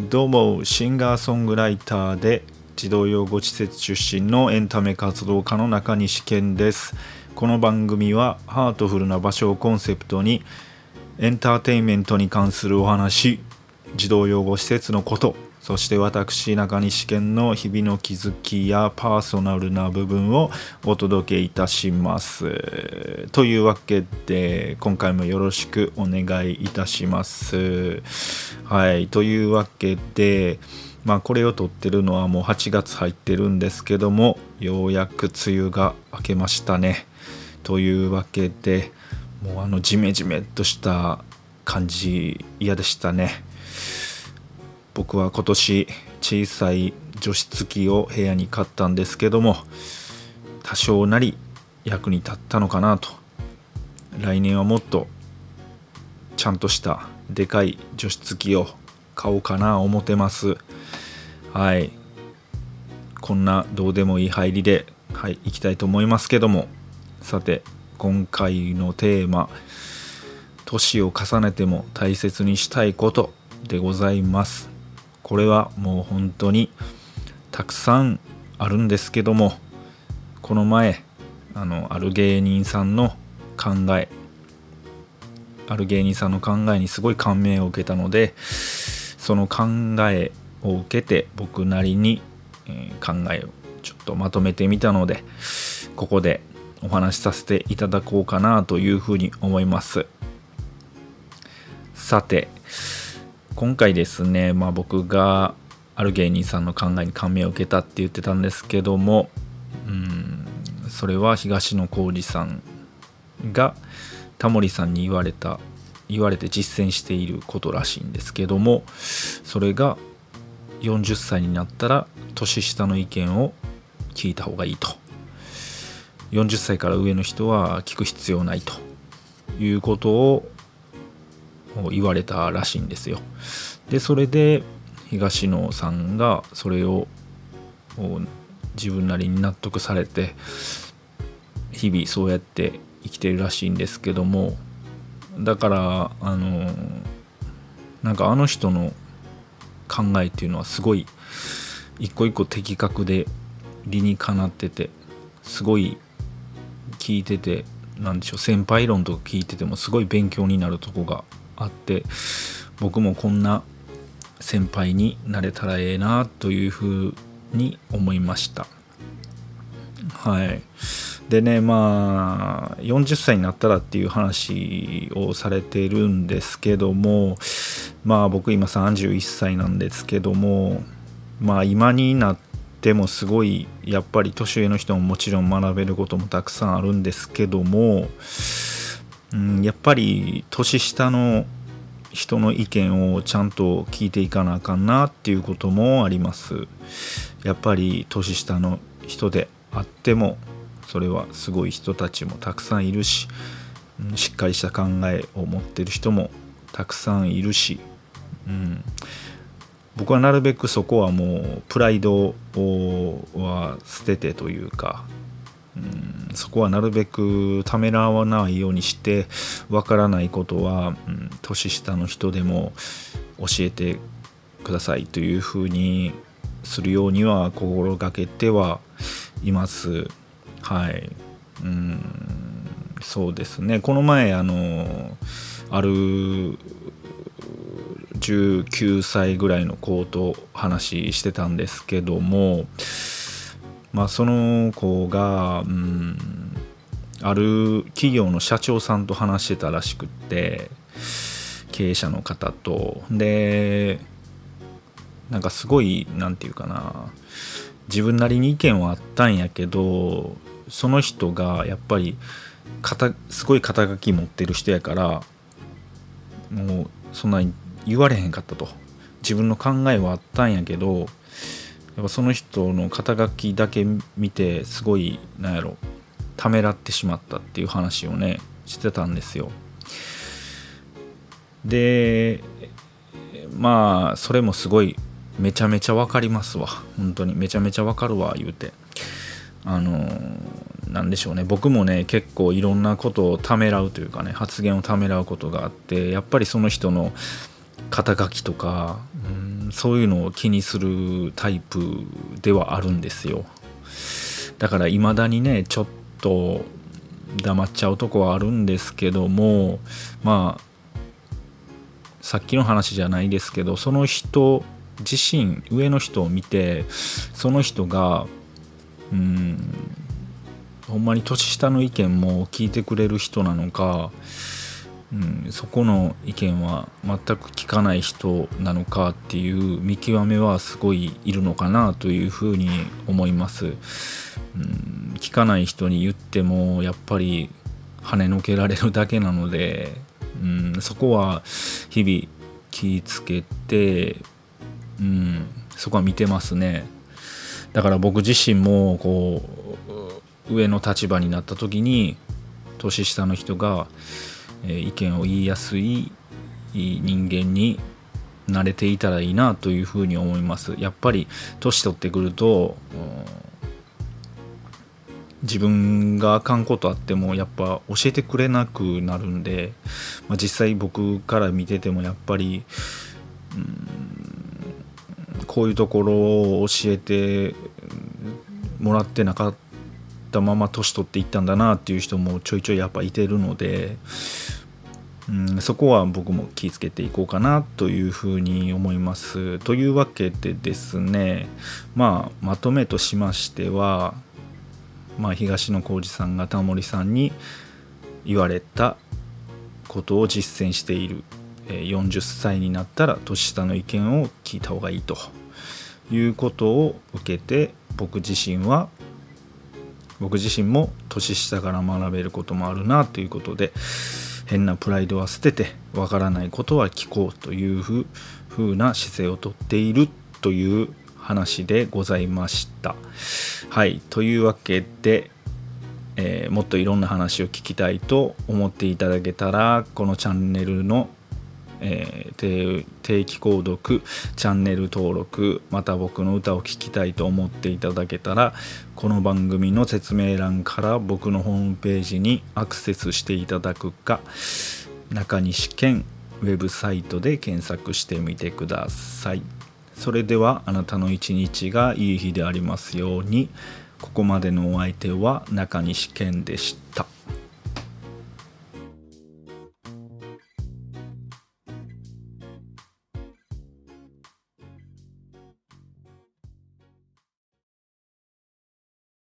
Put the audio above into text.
どうも、シンガーソングライターで児童養護施設出身のエンタメ活動家の中西健です。この番組はハートフルな場所をコンセプトにエンターテインメントに関するお話、児童養護施設のこと、そして私中西健の日々の気づきやパーソナルな部分をお届けいたします。というわけで今回もよろしくお願いいたします。はい、というわけでこれを撮ってるのはもう8月入ってるんですけども、ようやく梅雨が明けましたね。というわけでもうジメジメっとした感じ嫌でしたね。僕は今年小さい除湿機を部屋に買ったんですけども、多少なり役に立ったのかなと。来年はもっとちゃんとしたでかい除湿機を買おうかな思ってます。はい、こんなどうでもいい入りでいきたいと思いますけども、さて今回のテーマ、年を重ねても大切にしたいことでございます。これはもう本当にたくさんあるんですけども、この前ある芸人さんの考えにすごい感銘を受けたので、その考えを受けて僕なりに考えをちょっとまとめてみたので、ここでお話しさせていただこうかなというふうに思います。さて今回ですね、僕がある芸人さんの考えに感銘を受けたって言ってたんですけども、それは東野幸治さんがタモリさんに言われて実践していることらしいんですけども、それが40歳になったら年下の意見を聞いた方がいいと。40歳から上の人は聞く必要ないということを言われたらしいんですよ。でそれで東野さんがそれを自分なりに納得されて日々そうやって生きてるらしいんですけども、だからなんかあの人の考えっていうのはすごい一個一個的確で理にかなってて、すごい聞いてて、なんでしょう、先輩論とか聞いててもすごい勉強になるとこがあって、僕もこんな先輩になれたらええなというふうに思いました。はい。でね、40歳になったらっていう話をされているんですけども、僕今31歳なんですけども、今になってもすごいやっぱり年上の人ももちろん学べることもたくさんあるんですけども、やっぱり年下の人の意見をちゃんと聞いていかなあかんなっていうこともあります。やっぱり年下の人であってもそれはすごい人たちもたくさんいるし、しっかりした考えを持ってる人もたくさんいるし、僕はなるべくそこはもうプライドは捨ててというか、そこはなるべくためらわないようにして、わからないことは、年下の人でも教えてくださいというふうにするようには心がけてはいます。はい。そうですね、この前ある19歳ぐらいの子と話してたんですけども、その子が、ある企業の社長さんと話してたらしくって、経営者の方とで、なんかすごいなんていうかな、自分なりに意見はあったんやけど、その人がやっぱりすごい肩書き持ってる人やから、もうそんなに言われへんかったと。自分の考えはあったんやけど、やっぱその人の肩書きだけ見てすごいためらってしまったっていう話をねしてたんですよ。でそれもすごいめちゃめちゃわかりますわ。本当にめちゃめちゃわかるわ言うて、なんでしょうね、僕もね結構いろんなことをためらうというかね、発言をためらうことがあって、やっぱりその人の肩書きとかそういうのを気にするタイプではあるんですよ。だから未だにねちょっと黙っちゃうとこはあるんですけども、まあさっきの話じゃないですけど、その人自身、上の人を見てその人がほんまに年下の意見も聞いてくれる人なのか、そこの意見は全く聞かない人なのかっていう見極めはすごいいるのかなというふうに思います。聞かない人に言ってもやっぱり跳ねのけられるだけなので、そこは日々気をつけて、そこは見てますね。だから僕自身もこう上の立場になった時に年下の人が意見を言いやすい人間に慣れていたらいいなというふうに思います。やっぱり年取ってくると自分があかんことあってもやっぱ教えてくれなくなるんで、実際僕から見ててもやっぱりこういうところを教えてもらってなかったまま年取っていったんだなっていう人もちょいちょいやっぱいてるので、そこは僕も気をつけていこうかなというふうに思います。というわけでですね、まとめとしましては、東野幸治さんがタモリさんに言われたことを実践している。40歳になったら年下の意見を聞いた方がいいということを受けて、僕自身も年下から学べることもあるなということで、変なプライドは捨ててわからないことは聞こうというふうな姿勢をとっているという話でございました。はい、というわけで、もっといろんな話を聞きたいと思っていただけたら、このチャンネルの定期購読、チャンネル登録、また僕の歌を聴きたいと思っていただけたら、この番組の説明欄から僕のホームページにアクセスしていただくか、中西健ウェブサイトで検索してみてください。それではあなたの一日がいい日でありますように。ここまでのお相手は中西健でした。